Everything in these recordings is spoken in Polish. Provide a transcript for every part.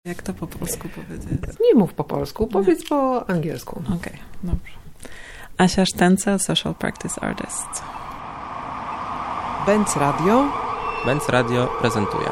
Jak to po polsku powiedzieć? Nie mów po polsku, powiedz po angielsku. Okej, dobrze. Asia Sztencel, Social Practice Artist. Benz Radio. Benz Radio prezentuje.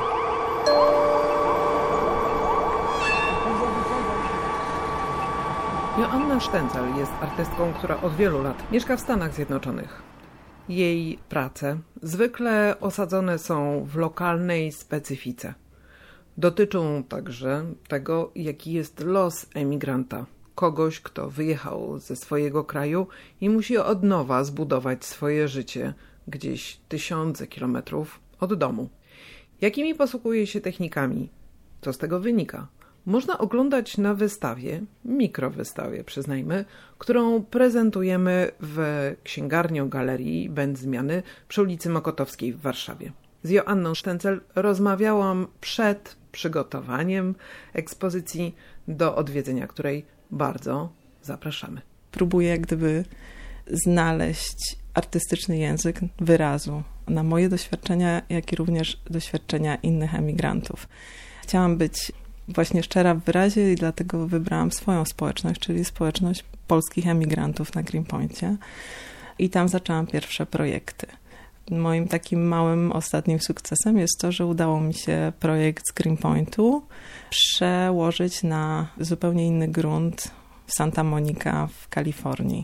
Joanna Sztencel jest artystką, która od wielu lat mieszka w Stanach Zjednoczonych. Jej prace zwykle osadzone są w lokalnej specyfice. Dotyczą także tego, jaki jest los emigranta. Kogoś, kto wyjechał ze swojego kraju i musi od nowa zbudować swoje życie gdzieś tysiące kilometrów od domu. Jakimi posługuje się technikami? Co z tego wynika? Można oglądać na wystawie, mikrowystawie przyznajmy, którą prezentujemy w księgarnio-galerii Benz Zmiany przy ulicy Mokotowskiej w Warszawie. Z Joanną Sztencel rozmawiałam przed przygotowaniem ekspozycji, do odwiedzenia której bardzo zapraszamy. Próbuję jak gdyby znaleźć artystyczny język wyrazu na moje doświadczenia, jak i również doświadczenia innych emigrantów. Chciałam być właśnie szczera w wyrazie i dlatego wybrałam swoją społeczność, czyli społeczność polskich emigrantów na Greenpointie. I tam zaczęłam pierwsze projekty. Moim takim małym ostatnim sukcesem jest to, że udało mi się projekt z Greenpointu przełożyć na zupełnie inny grunt w Santa Monica w Kalifornii.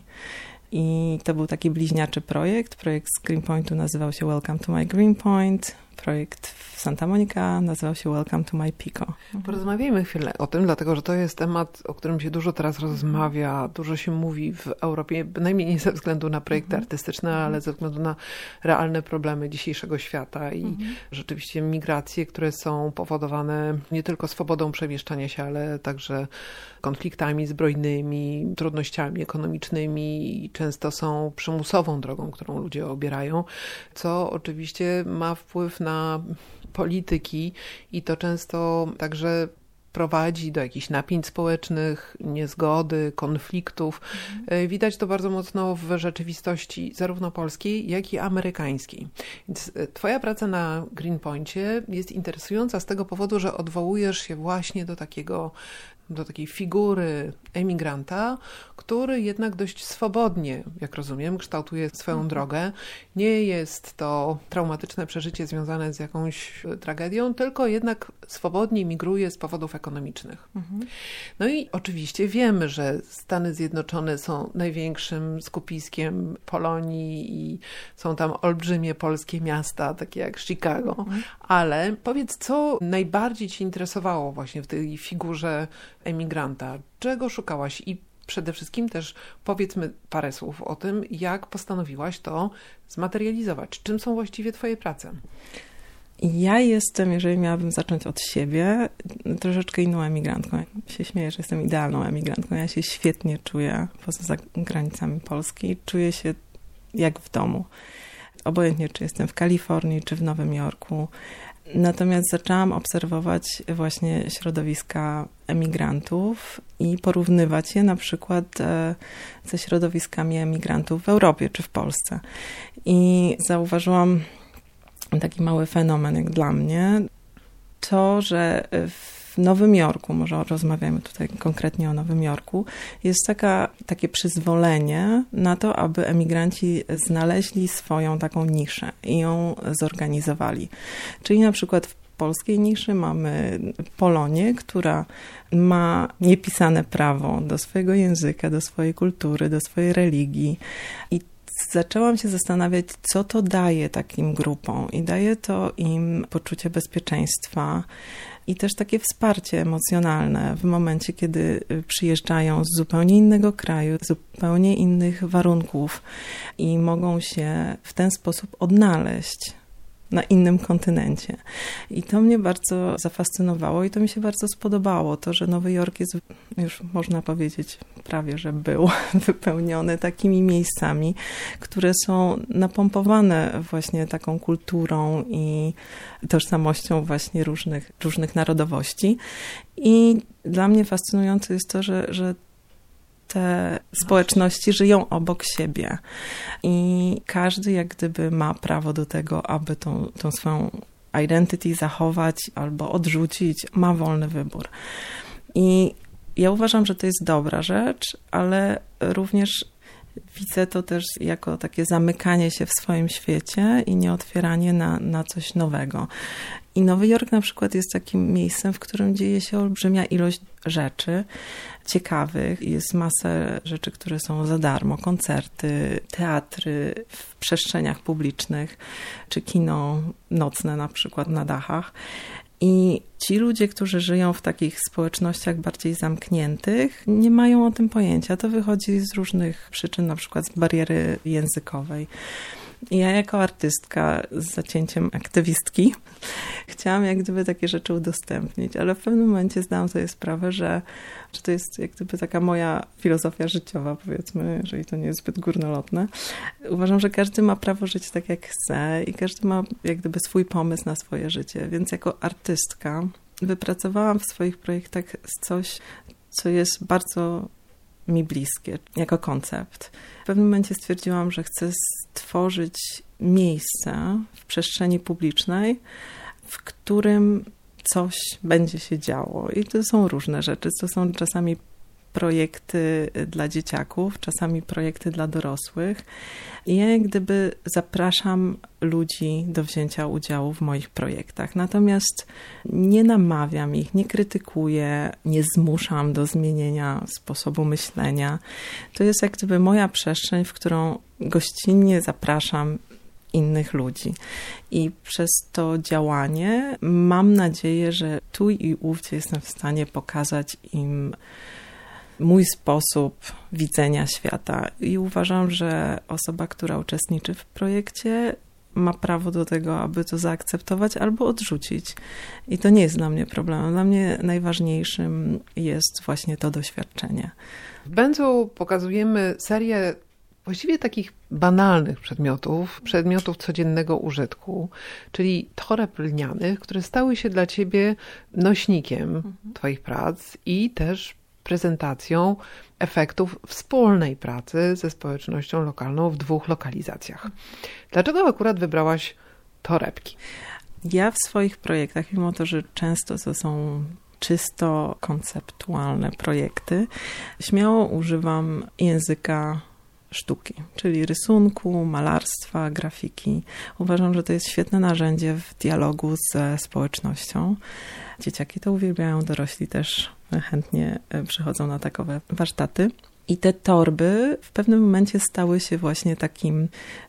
I to był taki bliźniaczy projekt. Projekt z Greenpointu nazywał się Welcome to my Greenpoint. Projekt w Santa Monica nazywał się Welcome to my Pico. Porozmawiajmy chwilę o tym, dlatego że to jest temat, o którym się dużo teraz rozmawia, dużo się mówi w Europie, bynajmniej nie ze względu na projekty artystyczne, ale ze względu na realne problemy dzisiejszego świata i rzeczywiście migracje, które są powodowane nie tylko swobodą przemieszczania się, ale także konfliktami zbrojnymi, trudnościami ekonomicznymi i często są przymusową drogą, którą ludzie obierają, co oczywiście ma wpływ na polityki i to często także prowadzi do jakichś napięć społecznych, niezgody, konfliktów. Widać to bardzo mocno w rzeczywistości zarówno polskiej, jak i amerykańskiej. Więc twoja praca na Greenpointie jest interesująca z tego powodu, że odwołujesz się właśnie do takiej figury emigranta, który jednak dość swobodnie, jak rozumiem, kształtuje swoją drogę. Nie jest to traumatyczne przeżycie związane z jakąś tragedią, tylko jednak swobodnie migruje z powodów ekonomicznych. No i oczywiście wiemy, że Stany Zjednoczone są największym skupiskiem Polonii i są tam olbrzymie polskie miasta, takie jak Chicago. Ale powiedz, co najbardziej cię interesowało właśnie w tej figurze emigranta? Czego szukałaś? I przede wszystkim też powiedzmy parę słów o tym, jak postanowiłaś to zmaterializować. Czym są właściwie twoje prace? Ja jestem, jeżeli miałabym zacząć od siebie, troszeczkę inną emigrantką. Ja się śmieję, że jestem idealną emigrantką. Ja się świetnie czuję poza granicami Polski. Czuję się jak w domu. Obojętnie, czy jestem w Kalifornii, czy w Nowym Jorku. Natomiast zaczęłam obserwować właśnie środowiska emigrantów i porównywać je na przykład ze środowiskami emigrantów w Europie czy w Polsce. I zauważyłam taki mały fenomen jak dla mnie, to, że w Nowym Jorku, może rozmawiamy tutaj konkretnie o Nowym Jorku, jest takie przyzwolenie na to, aby emigranci znaleźli swoją taką niszę i ją zorganizowali. Czyli na przykład w polskiej niszy mamy Polonię, która ma niepisane prawo do swojego języka, do swojej kultury, do swojej religii i zaczęłam się zastanawiać, co to daje takim grupom i daje to im poczucie bezpieczeństwa i też takie wsparcie emocjonalne w momencie, kiedy przyjeżdżają z zupełnie innego kraju, z zupełnie innych warunków i mogą się w ten sposób odnaleźć na innym kontynencie. I to mnie bardzo zafascynowało i to mi się bardzo spodobało. To, że Nowy Jork jest, już można powiedzieć, prawie że był wypełniony takimi miejscami, które są napompowane właśnie taką kulturą i tożsamością właśnie różnych narodowości. I dla mnie fascynujące jest to, że te społeczności żyją obok siebie i każdy jak gdyby ma prawo do tego, aby tą swoją identity zachować albo odrzucić, ma wolny wybór. I ja uważam, że to jest dobra rzecz, ale również widzę to też jako takie zamykanie się w swoim świecie i nieotwieranie na coś nowego. I Nowy Jork na przykład jest takim miejscem, w którym dzieje się olbrzymia ilość rzeczy ciekawych. Jest masę rzeczy, które są za darmo. Koncerty, teatry w przestrzeniach publicznych, czy kino nocne na przykład na dachach. I ci ludzie, którzy żyją w takich społecznościach bardziej zamkniętych, nie mają o tym pojęcia. To wychodzi z różnych przyczyn, na przykład z bariery językowej. I ja jako artystka z zacięciem aktywistki chciałam jak gdyby takie rzeczy udostępnić, ale w pewnym momencie zdałam sobie sprawę, że to jest jak gdyby taka moja filozofia życiowa, powiedzmy, jeżeli to nie jest zbyt górnolotne. Uważam, że każdy ma prawo żyć tak jak chce i każdy ma jak gdyby swój pomysł na swoje życie, więc jako artystka wypracowałam w swoich projektach coś, co jest bardzo mi bliskie, jako koncept. W pewnym momencie stwierdziłam, że chcę stworzyć miejsce w przestrzeni publicznej, w którym coś będzie się działo. I to są różne rzeczy. To są czasami projekty dla dzieciaków, czasami projekty dla dorosłych. I ja jak gdyby zapraszam ludzi do wzięcia udziału w moich projektach. Natomiast nie namawiam ich, nie krytykuję, nie zmuszam do zmienienia sposobu myślenia. To jest jak gdyby moja przestrzeń, w którą gościnnie zapraszam innych ludzi. I przez to działanie mam nadzieję, że tu i ówdzie jestem w stanie pokazać im mój sposób widzenia świata. I uważam, że osoba, która uczestniczy w projekcie, ma prawo do tego, aby to zaakceptować albo odrzucić. I to nie jest dla mnie problemem. Dla mnie najważniejszym jest właśnie to doświadczenie. W Będzu pokazujemy serię właściwie takich banalnych przedmiotów codziennego użytku, czyli toreb lnianych, które stały się dla ciebie nośnikiem twoich prac i też prezentacją efektów wspólnej pracy ze społecznością lokalną w 2 lokalizacjach. Dlaczego akurat wybrałaś torebki? Ja w swoich projektach, mimo to, że często to są czysto konceptualne projekty, śmiało używam języka sztuki, czyli rysunku, malarstwa, grafiki. Uważam, że to jest świetne narzędzie w dialogu ze społecznością. Dzieciaki to uwielbiają, dorośli też chętnie przychodzą na takowe warsztaty. I te torby w pewnym momencie stały się właśnie takim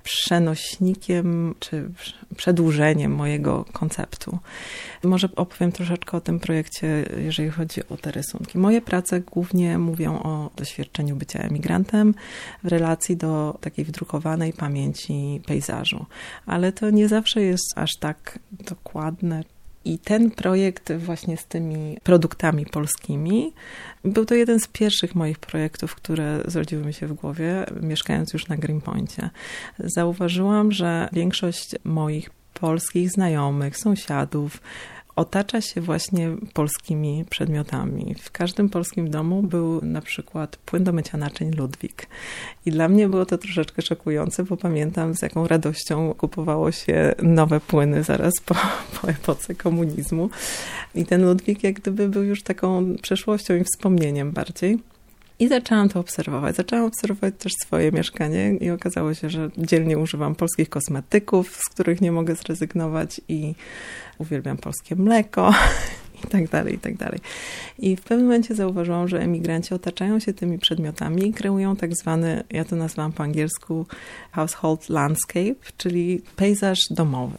przenośnikiem czy przedłużeniem mojego konceptu. Może opowiem troszeczkę o tym projekcie, jeżeli chodzi o te rysunki. Moje prace głównie mówią o doświadczeniu bycia emigrantem w relacji do takiej wdrukowanej pamięci pejzażu. Ale to nie zawsze jest aż tak dokładne. I ten projekt właśnie z tymi produktami polskimi był to jeden z pierwszych moich projektów, które zrodziły mi się w głowie, mieszkając już na Greenpoincie. Zauważyłam, że większość moich polskich znajomych, sąsiadów otacza się właśnie polskimi przedmiotami. W każdym polskim domu był na przykład płyn do mycia naczyń Ludwik. I dla mnie było to troszeczkę szokujące, bo pamiętam, z jaką radością kupowało się nowe płyny zaraz po epoce komunizmu. I ten Ludwik jak gdyby był już taką przeszłością i wspomnieniem bardziej. I zaczęłam to obserwować. Zaczęłam obserwować też swoje mieszkanie i okazało się, że dzielnie używam polskich kosmetyków, z których nie mogę zrezygnować i uwielbiam polskie mleko i tak dalej, i tak dalej. I w pewnym momencie zauważyłam, że emigranci otaczają się tymi przedmiotami i kreują tak zwany, ja to nazwałam po angielsku household landscape, czyli pejzaż domowy.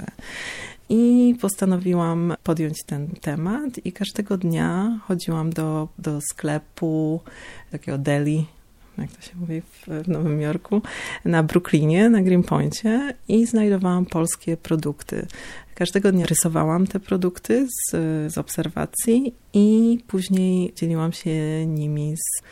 I postanowiłam podjąć ten temat i każdego dnia chodziłam do sklepu, takiego deli, jak to się mówi w Nowym Jorku, na Brooklynie, na Greenpoincie i znajdowałam polskie produkty. Każdego dnia rysowałam te produkty z obserwacji i później dzieliłam się nimi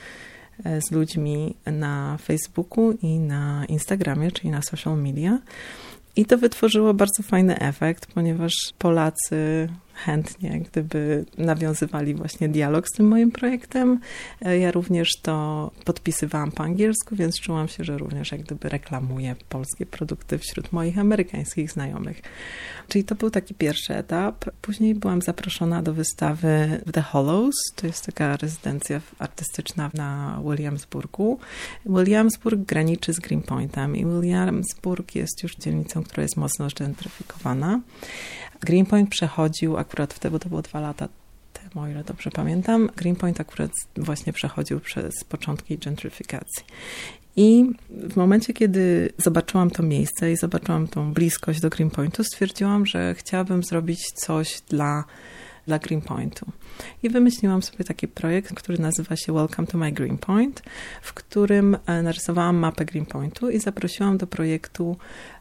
z ludźmi na Facebooku i na Instagramie, czyli na social media. I to wytworzyło bardzo fajny efekt, ponieważ Polacy chętnie, gdyby nawiązywali właśnie dialog z tym moim projektem. Ja również to podpisywałam po angielsku, więc czułam się, że również jak gdyby reklamuję polskie produkty wśród moich amerykańskich znajomych. Czyli to był taki pierwszy etap. Później byłam zaproszona do wystawy w The Hollows. To jest taka rezydencja artystyczna na Williamsburgu. Williamsburg graniczy z Greenpointem i Williamsburg jest już dzielnicą, która jest mocno zgentryfikowana. Greenpoint przechodził akurat wtedy, to było 2 lata temu, o ile dobrze pamiętam, Greenpoint akurat właśnie przechodził przez początki gentryfikacji. I w momencie, kiedy zobaczyłam to miejsce i zobaczyłam tą bliskość do Greenpointu, stwierdziłam, że chciałabym zrobić coś dla Greenpointu. I wymyśliłam sobie taki projekt, który nazywa się Welcome to my Greenpoint, w którym narysowałam mapę Greenpointu i zaprosiłam do projektu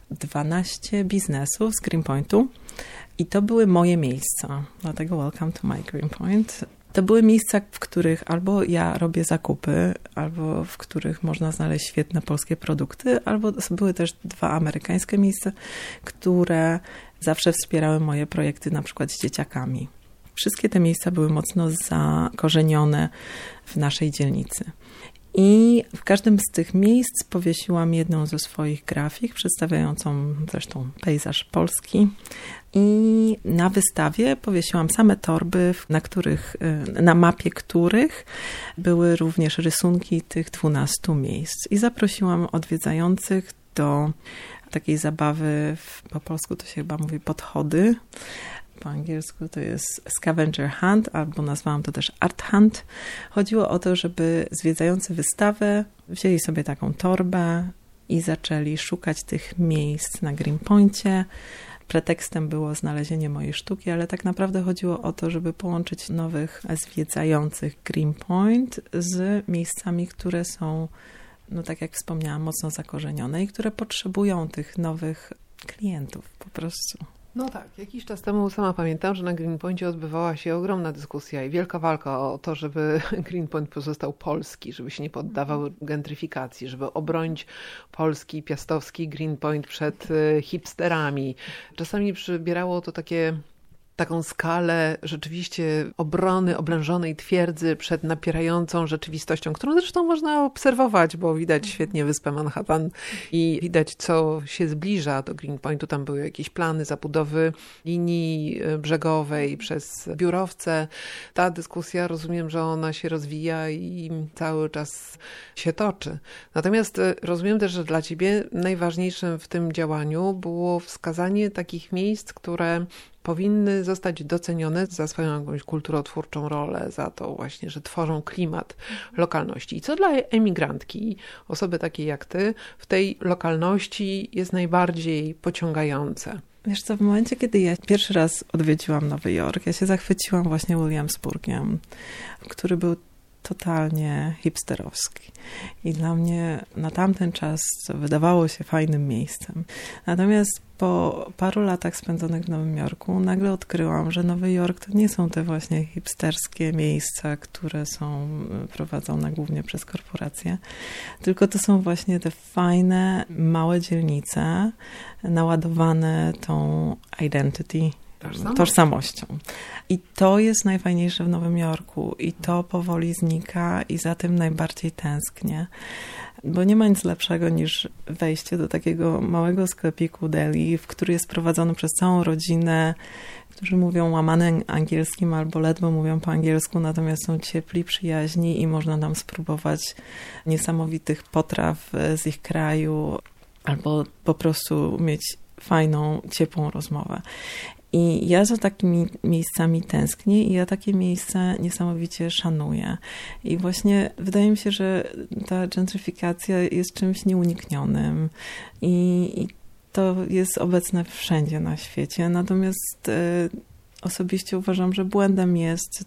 12 biznesów z Greenpointu i to były moje miejsca, dlatego Welcome to my Greenpoint. To były miejsca, w których albo ja robię zakupy, albo w których można znaleźć świetne polskie produkty, albo były też 2 amerykańskie miejsca, które zawsze wspierały moje projekty, na przykład z dzieciakami. Wszystkie te miejsca były mocno zakorzenione w naszej dzielnicy. I w każdym z tych miejsc powiesiłam jedną ze swoich grafik, przedstawiającą zresztą pejzaż polski. I na wystawie powiesiłam same torby, na mapie których były również rysunki tych 12 miejsc. I zaprosiłam odwiedzających do takiej zabawy, po polsku to się chyba mówi podchody, po angielsku to jest scavenger hunt, albo nazwałam to też art hunt. Chodziło o to, żeby zwiedzający wystawę wzięli sobie taką torbę i zaczęli szukać tych miejsc na Greenpoincie. Pretekstem było znalezienie mojej sztuki, ale tak naprawdę chodziło o to, żeby połączyć nowych zwiedzających Greenpoint z miejscami, które są, no tak jak wspomniałam, mocno zakorzenione i które potrzebują tych nowych klientów po prostu. No tak, jakiś czas temu sama pamiętam, że na Greenpoincie odbywała się ogromna dyskusja i wielka walka o to, żeby Greenpoint pozostał polski, żeby się nie poddawał gentryfikacji, żeby obronić polski, piastowski Greenpoint przed hipsterami. Czasami przybierało to taką skalę rzeczywiście obrony oblężonej twierdzy przed napierającą rzeczywistością, którą zresztą można obserwować, bo widać świetnie wyspę Manhattan i widać, co się zbliża do Greenpointu. Tam były jakieś plany zabudowy linii brzegowej przez biurowce. Ta dyskusja, rozumiem, że ona się rozwija i cały czas się toczy. Natomiast rozumiem też, że dla ciebie najważniejszym w tym działaniu było wskazanie takich miejsc, które powinny zostać docenione za swoją jakąś kulturotwórczą rolę, za to właśnie, że tworzą klimat lokalności. I co dla emigrantki, osoby takiej jak ty, w tej lokalności jest najbardziej pociągające? Wiesz co, w momencie, kiedy ja pierwszy raz odwiedziłam Nowy Jork, ja się zachwyciłam właśnie Williamsburgiem, który był totalnie hipsterowski. I dla mnie na tamten czas wydawało się fajnym miejscem. Natomiast po paru latach spędzonych w Nowym Jorku nagle odkryłam, że Nowy Jork to nie są te właśnie hipsterskie miejsca, które są prowadzone głównie przez korporacje, tylko to są właśnie te fajne, małe dzielnice naładowane tą identity, tożsamością. I to jest najfajniejsze w Nowym Jorku i to powoli znika i za tym najbardziej tęsknię. Bo nie ma nic lepszego niż wejście do takiego małego sklepiku deli, w który jest prowadzony przez całą rodzinę, którzy mówią łamanym angielskim albo ledwo mówią po angielsku, natomiast są ciepli, przyjaźni i można tam spróbować niesamowitych potraw z ich kraju albo po prostu mieć fajną, ciepłą rozmowę. I ja za takimi miejscami tęsknię i ja takie miejsca niesamowicie szanuję. I właśnie wydaje mi się, że ta gentryfikacja jest czymś nieuniknionym i to jest obecne wszędzie na świecie. Natomiast osobiście uważam, że błędem jest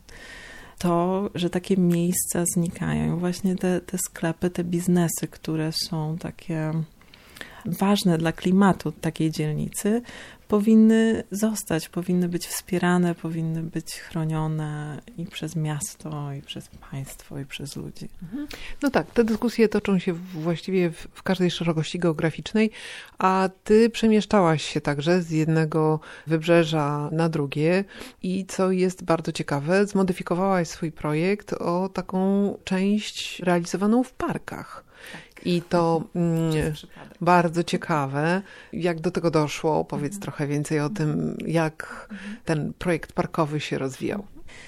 to, że takie miejsca znikają. Właśnie te sklepy, te biznesy, które są takie ważne dla klimatu takiej dzielnicy, powinny zostać, powinny być wspierane, powinny być chronione i przez miasto, i przez państwo, i przez ludzi. No tak, te dyskusje toczą się właściwie w każdej szerokości geograficznej, a ty przemieszczałaś się także z jednego wybrzeża na drugie i co jest bardzo ciekawe, zmodyfikowałaś swój projekt o taką część realizowaną w parkach. I to bardzo ciekawe. Jak do tego doszło? Opowiedz trochę więcej o tym, jak ten projekt parkowy się rozwijał.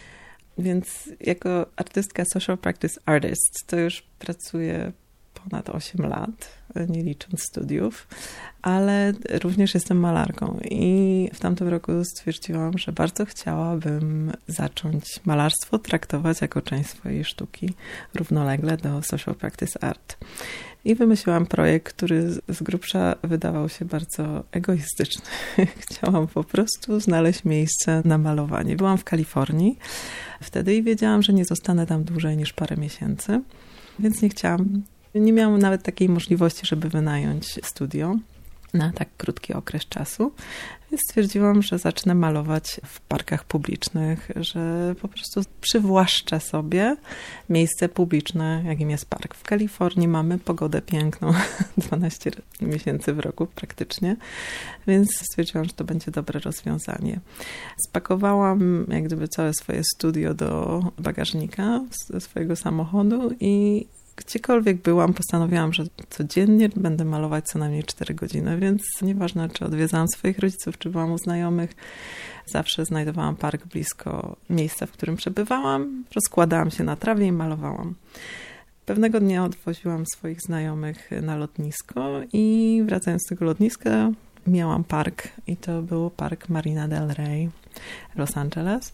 Więc jako artystka social practice artist to już pracuję ponad 8 lat, nie licząc studiów, ale również jestem malarką i w tamtym roku stwierdziłam, że bardzo chciałabym zacząć malarstwo traktować jako część swojej sztuki równolegle do social practice art. I wymyśliłam projekt, który z grubsza wydawał się bardzo egoistyczny. Chciałam po prostu znaleźć miejsce na malowanie. Byłam w Kalifornii wtedy i wiedziałam, że nie zostanę tam dłużej niż parę miesięcy, więc nie miałam nawet takiej możliwości, żeby wynająć studio na tak krótki okres czasu. Więc stwierdziłam, że zacznę malować w parkach publicznych, że po prostu przywłaszczę sobie miejsce publiczne, jakim jest park. W Kalifornii mamy pogodę piękną, 12 miesięcy w roku praktycznie, więc stwierdziłam, że to będzie dobre rozwiązanie. Spakowałam jak gdyby całe swoje studio do bagażnika ze swojego samochodu i gdziekolwiek byłam, postanowiłam, że codziennie będę malować co najmniej 4 godziny, więc nieważne, czy odwiedzałam swoich rodziców, czy byłam u znajomych, zawsze znajdowałam park blisko miejsca, w którym przebywałam, rozkładałam się na trawie i malowałam. Pewnego dnia odwoziłam swoich znajomych na lotnisko i wracając z tego lotniska miałam park i to był park Marina del Rey, Los Angeles.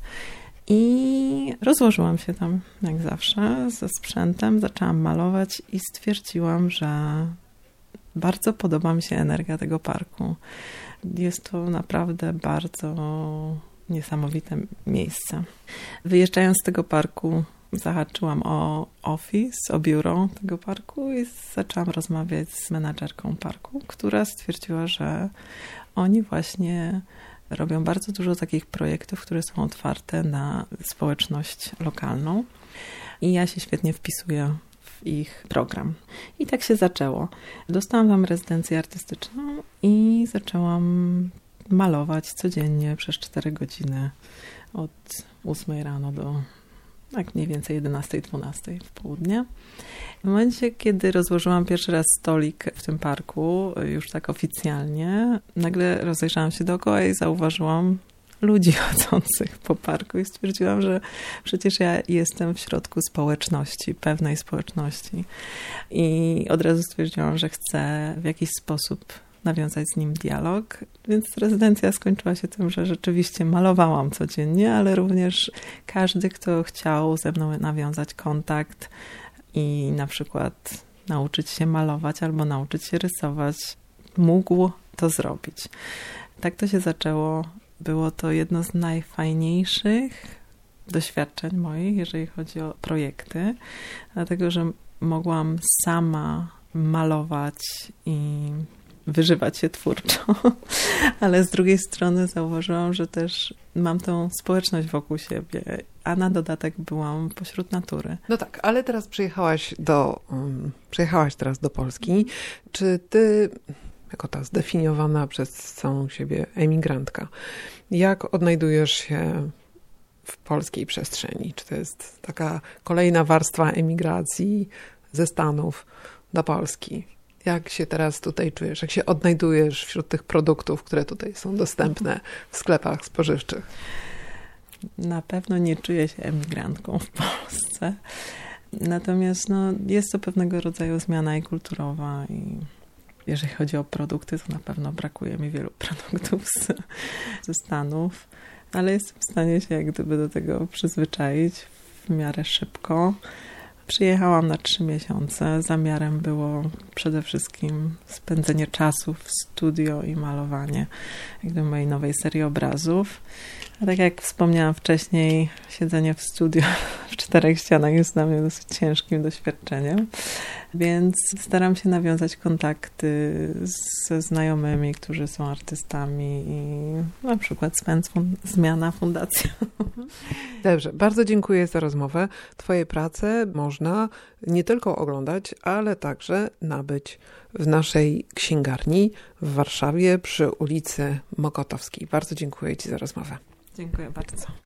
I rozłożyłam się tam, jak zawsze, ze sprzętem, zaczęłam malować i stwierdziłam, że bardzo podoba mi się energia tego parku. Jest to naprawdę bardzo niesamowite miejsce. Wyjeżdżając z tego parku, zahaczyłam o office, o biuro tego parku i zaczęłam rozmawiać z menadżerką parku, która stwierdziła, że oni właśnie robią bardzo dużo takich projektów, które są otwarte na społeczność lokalną i ja się świetnie wpisuję w ich program. I tak się zaczęło. Dostałam tam rezydencję artystyczną i zaczęłam malować codziennie przez 4 godziny od 8 rano do tak mniej więcej 11-12 w południe. W momencie, kiedy rozłożyłam pierwszy raz stolik w tym parku, już tak oficjalnie, nagle rozejrzałam się dookoła i zauważyłam ludzi chodzących po parku i stwierdziłam, że przecież ja jestem w środku społeczności, pewnej społeczności. I od razu stwierdziłam, że chcę w jakiś sposób nawiązać z nim dialog, więc rezydencja skończyła się tym, że rzeczywiście malowałam codziennie, ale również każdy, kto chciał ze mną nawiązać kontakt i na przykład nauczyć się malować albo nauczyć się rysować, mógł to zrobić. Tak to się zaczęło. Było to jedno z najfajniejszych doświadczeń moich, jeżeli chodzi o projekty, dlatego że mogłam sama malować i wyżywać się twórczo, ale z drugiej strony zauważyłam, że też mam tą społeczność wokół siebie, a na dodatek byłam pośród natury. No tak, ale teraz przyjechałaś teraz do Polski. Czy ty, jako ta zdefiniowana przez całą siebie emigrantka, jak odnajdujesz się w polskiej przestrzeni? Czy to jest taka kolejna warstwa emigracji ze Stanów do Polski? Jak się teraz tutaj czujesz? Jak się odnajdujesz wśród tych produktów, które tutaj są dostępne w sklepach spożywczych? Na pewno nie czuję się emigrantką w Polsce. Natomiast jest to pewnego rodzaju zmiana i kulturowa. I jeżeli chodzi o produkty, to na pewno brakuje mi wielu produktów ze Stanów. Ale jestem w stanie się jak gdyby do tego przyzwyczaić w miarę szybko. Przyjechałam na 3 miesiące. Zamiarem było przede wszystkim spędzenie czasu w studio i malowanie jakby mojej nowej serii obrazów. A tak jak wspomniałam wcześniej, siedzenie w studio w 4 ścianach jest dla mnie dosyć ciężkim doświadczeniem, więc staram się nawiązać kontakty ze znajomymi, którzy są artystami i na przykład Zmiana Fundacja. Dobrze, bardzo dziękuję za rozmowę. Twoje prace można nie tylko oglądać, ale także nabyć w naszej księgarni w Warszawie przy ulicy Mokotowskiej. Bardzo dziękuję Ci za rozmowę. Dziękuję bardzo.